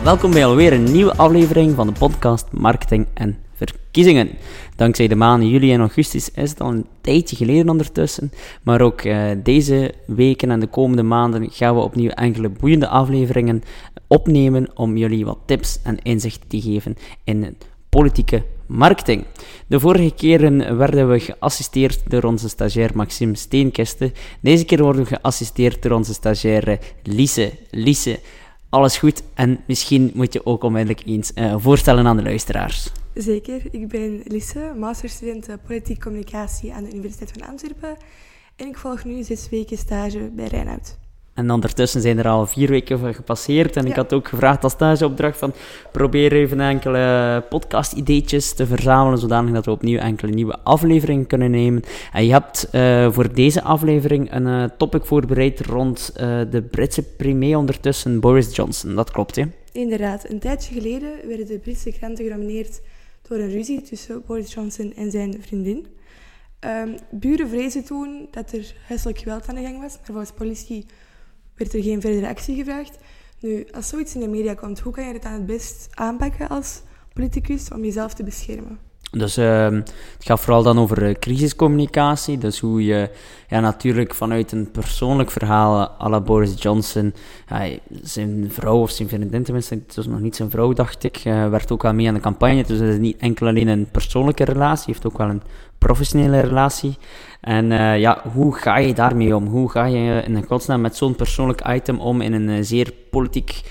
Welkom bij alweer een nieuwe aflevering van de podcast Marketing en Verkiezingen. Dankzij de maanden juli en augustus is het al een tijdje geleden ondertussen, maar ook deze weken en de komende maanden gaan we opnieuw enkele boeiende afleveringen opnemen om jullie wat tips en inzichten te geven in politieke marketing. De vorige keren werden we geassisteerd door onze stagiair Maxime Steenkiste. Deze keer worden we geassisteerd door onze stagiaire Lise. Lise, alles goed? En misschien moet je ook onmiddellijk eens voorstellen aan de luisteraars. Zeker, ik ben Lise, masterstudent politieke communicatie aan de Universiteit van Antwerpen en ik volg nu 6 weken stage bij Reinoud. En ondertussen zijn er al 4 weken van gepasseerd en ik had ook gevraagd als stageopdracht van probeer even enkele podcast-ideetjes te verzamelen, zodanig dat we opnieuw enkele nieuwe afleveringen kunnen nemen. En je hebt voor deze aflevering een topic voorbereid rond de Britse premier ondertussen, Boris Johnson. Dat klopt, hè? Inderdaad, een tijdje geleden werden de Britse kranten genomineerd door een ruzie tussen Boris Johnson en zijn vriendin. Buren vrezen toen dat er huiselijk geweld aan de gang was, maar volgens politie werd er geen verdere actie gevraagd. Nu, als zoiets in de media komt, hoe kan je het dan het best aanpakken als politicus om jezelf te beschermen? Dus het gaat vooral dan over crisiscommunicatie. Dus hoe je natuurlijk vanuit een persoonlijk verhaal à la Boris Johnson, zijn vrouw of zijn vriendin tenminste, het was nog niet zijn vrouw dacht ik, werd ook wel mee aan de campagne. Dus het is niet enkel alleen een persoonlijke relatie, heeft ook wel een professionele relatie. En hoe ga je daarmee om? Hoe ga je in godsnaam met zo'n persoonlijk item om in een zeer politiek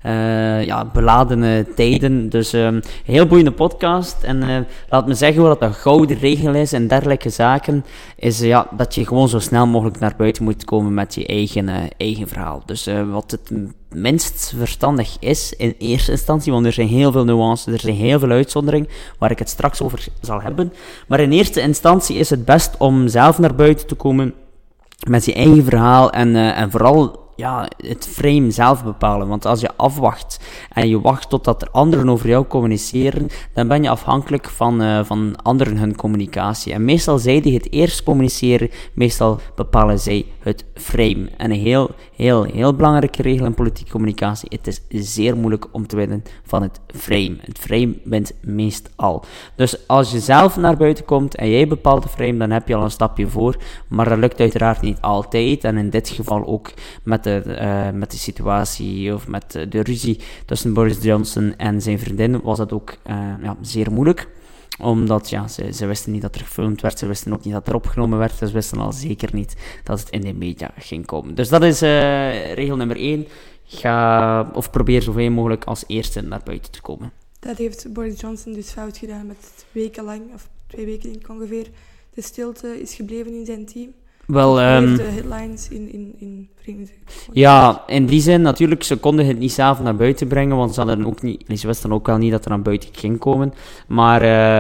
beladene tijden. Dus een heel boeiende podcast. En laat me zeggen wat de gouden regel is en dergelijke zaken, is dat je gewoon zo snel mogelijk naar buiten moet komen met je eigen verhaal. Dus wat het minst verstandig is in eerste instantie, want er zijn heel veel nuances, er zijn heel veel uitzonderingen, waar ik het straks over zal hebben. Maar in eerste instantie is het best om zelf naar buiten te komen met je eigen verhaal en vooral het frame zelf bepalen. Want als je afwacht en je wacht totdat er anderen over jou communiceren, dan ben je afhankelijk van anderen hun communicatie. En meestal zij die het eerst communiceren, meestal bepalen zij het frame. En een heel belangrijke regel in politieke communicatie, het is zeer moeilijk om te winnen van het frame. Het frame wint meestal. Dus als je zelf naar buiten komt en jij bepaalt de frame, dan heb je al een stapje voor. Maar dat lukt uiteraard niet altijd. En in dit geval ook met de situatie of met de ruzie tussen Boris Johnson en zijn vriendin was dat ook zeer moeilijk. Omdat ze wisten niet dat er gefilmd werd, ze wisten ook niet dat er opgenomen werd, ze wisten al zeker niet dat het in de media ging komen. Dus dat is regel nummer 1. Probeer zoveel mogelijk als eerste naar buiten te komen. Dat heeft Boris Johnson dus fout gedaan met wekenlang, of 2 weken denk ik ongeveer, de stilte is gebleven in zijn team. Wel, de headlines in Verenigde. Ja, in die zin natuurlijk, ze konden het niet zelf naar buiten brengen, want ze wisten ook wel niet dat er naar buiten ging komen. Maar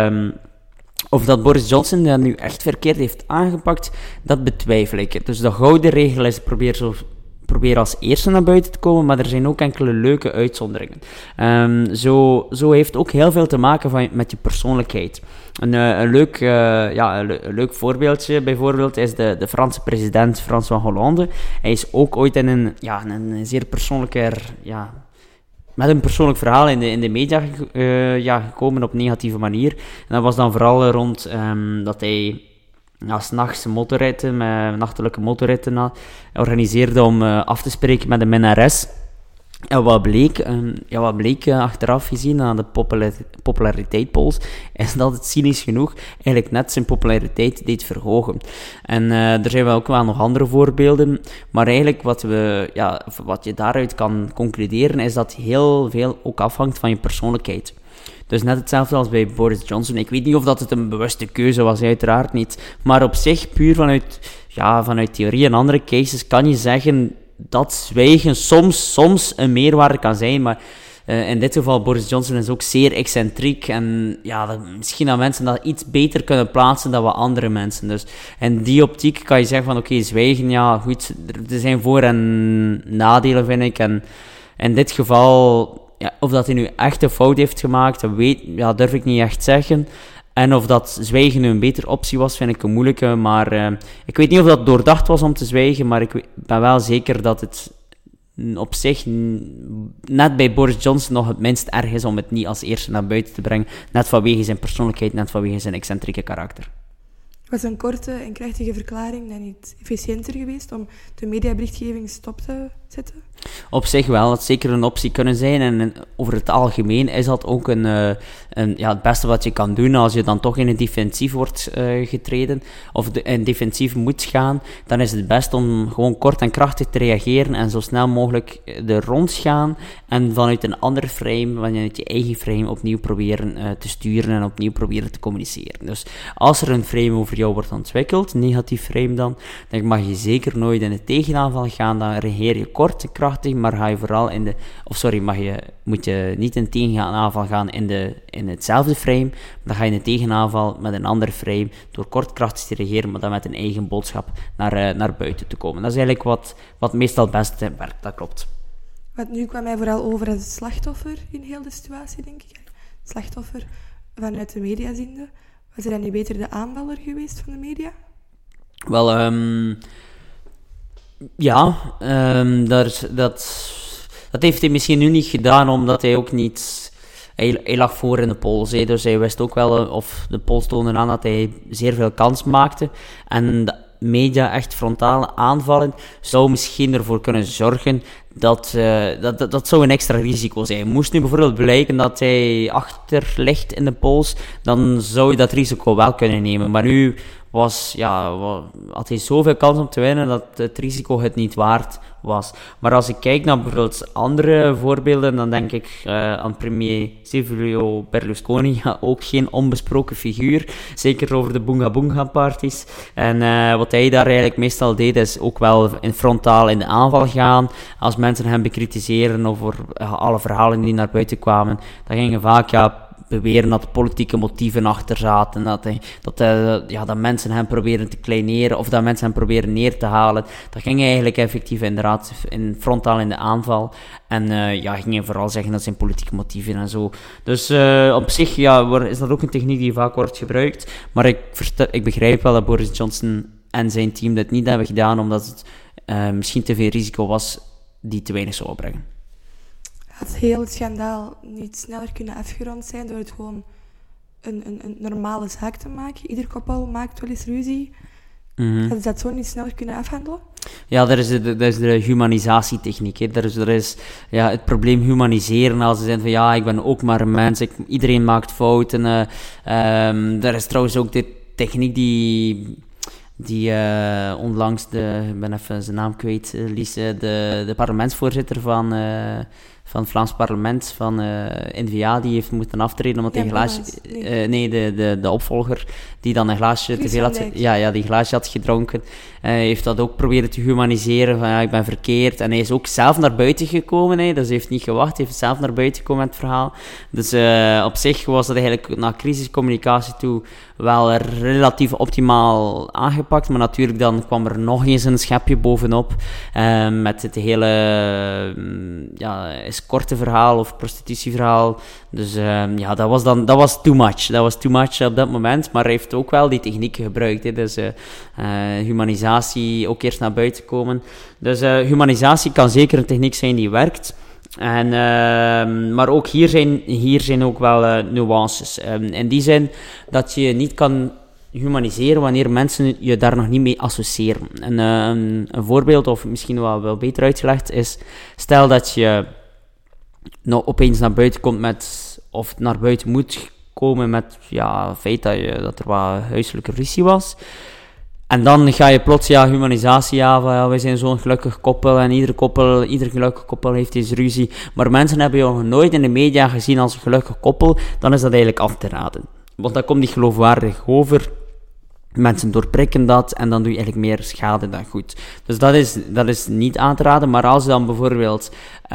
of dat Boris Johnson dat nu echt verkeerd heeft aangepakt, dat betwijfel ik. Dus de gouden regel is probeer als eerste naar buiten te komen, maar er zijn ook enkele leuke uitzonderingen. Zo heeft ook heel veel te maken met je persoonlijkheid. Een leuk voorbeeldje bijvoorbeeld is de Franse president François Hollande. Hij is ook ooit in een zeer persoonlijke met een persoonlijk verhaal in de media gekomen op negatieve manier. En dat was dan vooral rond dat hij 's nachts nachtelijke motorritten organiseerde om af te spreken met een minnares. En wat bleek achteraf gezien aan de populariteitspolls, is dat het cynisch genoeg eigenlijk net zijn populariteit deed verhogen. En er zijn wel ook wel nog andere voorbeelden, maar eigenlijk wat je daaruit kan concluderen is dat heel veel ook afhangt van je persoonlijkheid. Dus net hetzelfde als bij Boris Johnson. Ik weet niet of dat het een bewuste keuze was, uiteraard niet. Maar op zich, puur vanuit theorie en andere cases, kan je zeggen dat zwijgen soms een meerwaarde kan zijn. Maar in dit geval, Boris Johnson is ook zeer excentriek. En misschien dat mensen dat iets beter kunnen plaatsen dan wat andere mensen. Dus in die optiek kan je zeggen van oké, zwijgen, goed, er zijn voor- en nadelen, vind ik. En in dit geval, of dat hij nu echt een fout heeft gemaakt, durf ik niet echt zeggen. En of dat zwijgen nu een betere optie was, vind ik een moeilijke. Maar ik weet niet of dat doordacht was om te zwijgen, maar ik ben wel zeker dat het op zich net bij Boris Johnson nog het minst erg is om het niet als eerste naar buiten te brengen. Net vanwege zijn persoonlijkheid, net vanwege zijn excentrieke karakter. Was een korte en krachtige verklaring dan niet efficiënter geweest om de mediaberichtgeving stop te zetten? Op zich wel, dat zeker een optie kunnen zijn. En over het algemeen is dat ook het beste wat je kan doen als je dan toch in een defensief wordt getreden, of in defensief moet gaan, dan is het best om gewoon kort en krachtig te reageren en zo snel mogelijk er rond gaan en vanuit een ander frame, vanuit je eigen frame, opnieuw proberen te sturen en opnieuw proberen te communiceren. Dus als er een frame over jou wordt ontwikkeld, een negatief frame dan mag je zeker nooit in de tegenaanval gaan, dan reageer je kort en krachtig, maar ga je vooral moet je niet in tegenaanval gaan in hetzelfde frame, maar dan ga je in de tegenaanval met een andere frame, door kort krachtig te reageren, maar dan met een eigen boodschap naar buiten te komen. Dat is eigenlijk wat meestal het beste werkt, dat klopt. Want nu kwam mij vooral over als het slachtoffer in heel de situatie, denk ik. Het slachtoffer vanuit de media ziende. Was er dan niet beter de aanvaller geweest van de media? Wel, dat heeft hij misschien nu niet gedaan, omdat hij ook niet... Hij lag voor in de polls, dus hij wist ook wel, of de polls toonden aan dat hij zeer veel kans maakte. En de media echt frontale aanvallen zou misschien ervoor kunnen zorgen dat zou een extra risico zijn. Moest nu bijvoorbeeld blijken dat hij achter ligt in de polls, dan zou je dat risico wel kunnen nemen. Maar nu had hij zoveel kans om te winnen dat het risico het niet waard was. Maar als ik kijk naar bijvoorbeeld andere voorbeelden, dan denk ik aan premier Silvio Berlusconi, ook geen onbesproken figuur, zeker over de Boonga Boonga parties. En wat hij daar eigenlijk meestal deed, is ook wel frontaal in de aanval gaan. Als mensen hem bekritiseren over alle verhalen die naar buiten kwamen, dan gingen vaak beweren dat er politieke motieven achter zaten, dat mensen hem proberen te kleineren, of dat mensen hem proberen neer te halen. Dat ging eigenlijk effectief inderdaad frontaal in de aanval. En ging vooral zeggen dat zijn politieke motieven en zo. Dus op zich is dat ook een techniek die vaak wordt gebruikt. Maar ik begrijp wel dat Boris Johnson en zijn team dat niet hebben gedaan, omdat het misschien te veel risico was die te weinig zou opbrengen. Had heel het schandaal niet sneller kunnen afgerond zijn door het gewoon een normale zaak te maken? Ieder koppel maakt wel eens ruzie. Mm-hmm. Hadden ze dat zo niet sneller kunnen afhandelen? Ja, dat is de humanisatietechniek. Hè. Er is het probleem humaniseren, als ze zeggen van ik ben ook maar een mens, iedereen maakt fouten. Er is trouwens ook de techniek die onlangs ik ben even zijn naam kwijt, Lise, de parlementsvoorzitter van het Vlaams parlement, van N-VA, die heeft moeten aftreden omdat hij een glaasje... de opvolger, die dan een glaasje te veel had... die glaasje had gedronken. Heeft dat ook proberen te humaniseren, van ik ben verkeerd. En hij is ook zelf naar buiten gekomen, dus hij heeft niet gewacht, hij heeft zelf naar buiten gekomen met het verhaal. Dus op zich was dat eigenlijk naar crisiscommunicatie toe wel relatief optimaal aangepakt, maar natuurlijk dan kwam er nog eens een schepje bovenop, met het hele escorte verhaal of prostitutieverhaal. Dus dat was too much. Dat was too much op dat moment, maar hij heeft ook wel die technieken gebruikt. Hè. Dus humanisatie, ook eerst naar buiten komen. Dus humanisatie kan zeker een techniek zijn die werkt. Maar ook hier zijn ook wel nuances. In die zin dat je niet kan humaniseren wanneer mensen je daar nog niet mee associëren. En een voorbeeld, of misschien wel beter uitgelegd, is stel dat je opeens naar buiten komt of naar buiten moet komen met het feit dat er wat huiselijke ruzie was. En dan ga je plots, humanisatie, wij zijn zo'n gelukkig koppel en ieder gelukkig koppel heeft eens ruzie. Maar mensen hebben je nog nooit in de media gezien als een gelukkig koppel, dan is dat eigenlijk af te raden. Want dat komt niet geloofwaardig over. Mensen doorprikken dat en dan doe je eigenlijk meer schade dan goed. Dus dat is niet aan te raden. Maar als je dan bijvoorbeeld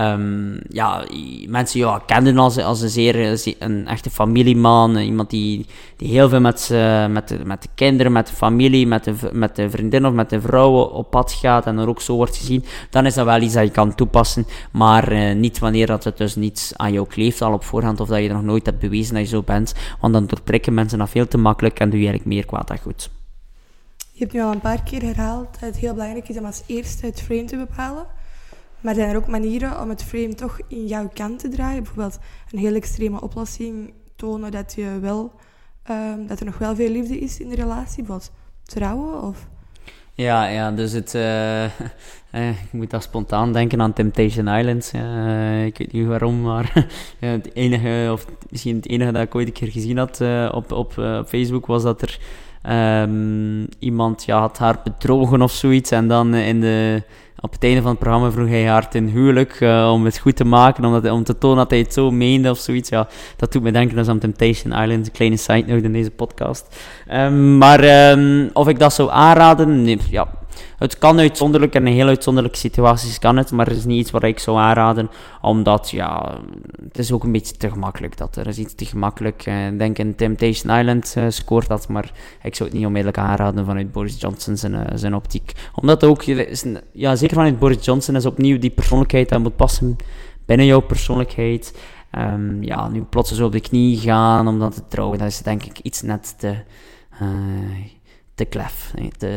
mensen kenden als een echte familieman, iemand die heel veel met de kinderen, met de familie, met de vriendin of met de vrouw op pad gaat en er ook zo wordt gezien, dan is dat wel iets dat je kan toepassen. Maar niet wanneer dat het dus niet aan jou kleeft al op voorhand, of dat je nog nooit hebt bewezen dat je zo bent. Want dan doorprikken mensen dat veel te makkelijk en doe je eigenlijk meer kwaad dan goed. Je hebt nu al een paar keer herhaald dat het heel belangrijk is om als eerste het frame te bepalen. Maar zijn er ook manieren om het frame toch in jouw kant te draaien? Bijvoorbeeld een heel extreme oplossing tonen dat dat er nog wel veel liefde is in de relatie, bijvoorbeeld trouwen of... Ja, dus ik moet daar spontaan denken aan Temptation Island. Ik weet niet waarom, maar het enige, of misschien het enige dat ik ooit een keer gezien had op Facebook, was dat er iemand had haar bedrogen of zoiets. En dan op het einde van het programma vroeg hij haar ten huwelijk om het goed te maken, om te tonen dat hij het zo meende of zoiets. Ja, dat doet me denken aan Temptation Island, een kleine side note in deze podcast. Maar of ik dat zou aanraden? Nee, ja. Het kan uitzonderlijk, en in heel uitzonderlijke situaties kan het, maar het is niet iets wat ik zou aanraden, omdat, het is ook een beetje te gemakkelijk. Er is iets te gemakkelijk. Ik denk in Temptation Island scoort dat, maar ik zou het niet onmiddellijk aanraden vanuit Boris Johnson zijn optiek. Omdat ook, zeker vanuit Boris Johnson is opnieuw die persoonlijkheid, dat moet passen binnen jouw persoonlijkheid. Nu plots zo op de knie gaan om dan te trouwen, dat is denk ik iets net te klef.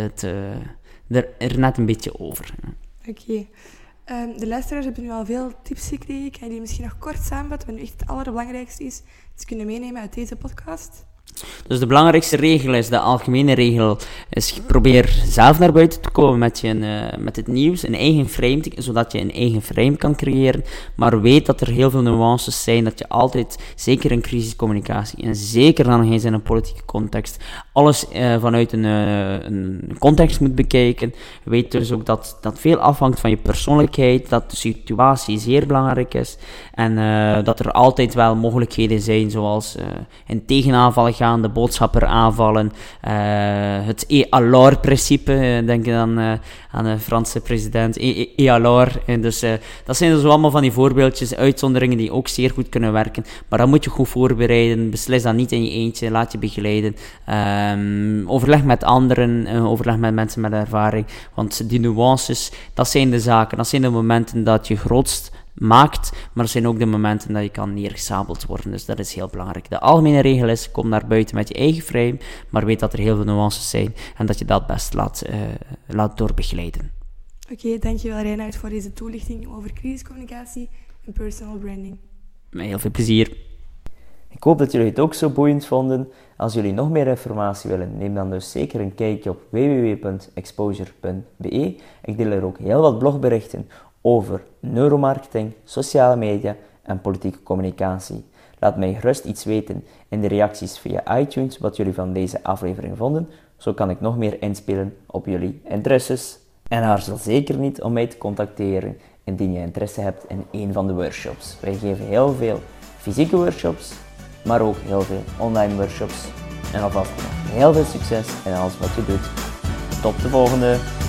Er net een beetje over. Oké. De luisteraars hebben nu al veel tips gekregen. Kan je die misschien nog kort samenvatten? Wat nu echt het allerbelangrijkste is, te kunnen meenemen uit deze podcast? Dus de belangrijkste regel is, de algemene regel, is probeer zelf naar buiten te komen met het nieuws, een eigen frame, zodat je een eigen frame kan creëren. Maar weet dat er heel veel nuances zijn, dat je altijd, zeker in crisiscommunicatie, en zeker dan eens in een politieke context, alles vanuit een context moet bekijken. Weet dus ook dat veel afhangt van je persoonlijkheid, dat de situatie zeer belangrijk is, en dat er altijd wel mogelijkheden zijn, zoals in tegenaanvallen gaan, de boodschapper aanvallen, het et-alors-principe, denk dan aan de Franse president, et-alors. Dus dat zijn dus allemaal van die voorbeeldjes, uitzonderingen die ook zeer goed kunnen werken, maar dan moet je goed voorbereiden, beslis dat niet in je eentje, laat je begeleiden, overleg met anderen, overleg met mensen met ervaring, want die nuances, dat zijn de zaken, dat zijn de momenten dat je grootst maakt, maar er zijn ook de momenten dat je kan neergesabeld worden, dus dat is heel belangrijk. De algemene regel is, kom naar buiten met je eigen frame, maar weet dat er heel veel nuances zijn en dat je dat best laat doorbegeleiden. Oké, dankjewel Reinoud voor deze toelichting over crisiscommunicatie en personal branding. Met heel veel plezier. Ik hoop dat jullie het ook zo boeiend vonden. Als jullie nog meer informatie willen, neem dan dus zeker een kijkje op www.exposure.be. Ik deel er ook heel wat blogberichten over neuromarketing, sociale media en politieke communicatie. Laat mij gerust iets weten in de reacties via iTunes wat jullie van deze aflevering vonden. Zo kan ik nog meer inspelen op jullie interesses. En aarzel zeker niet om mij te contacteren indien je interesse hebt in een van de workshops. Wij geven heel veel fysieke workshops, maar ook heel veel online workshops. En alvast nog heel veel succes in alles wat je doet. Tot de volgende!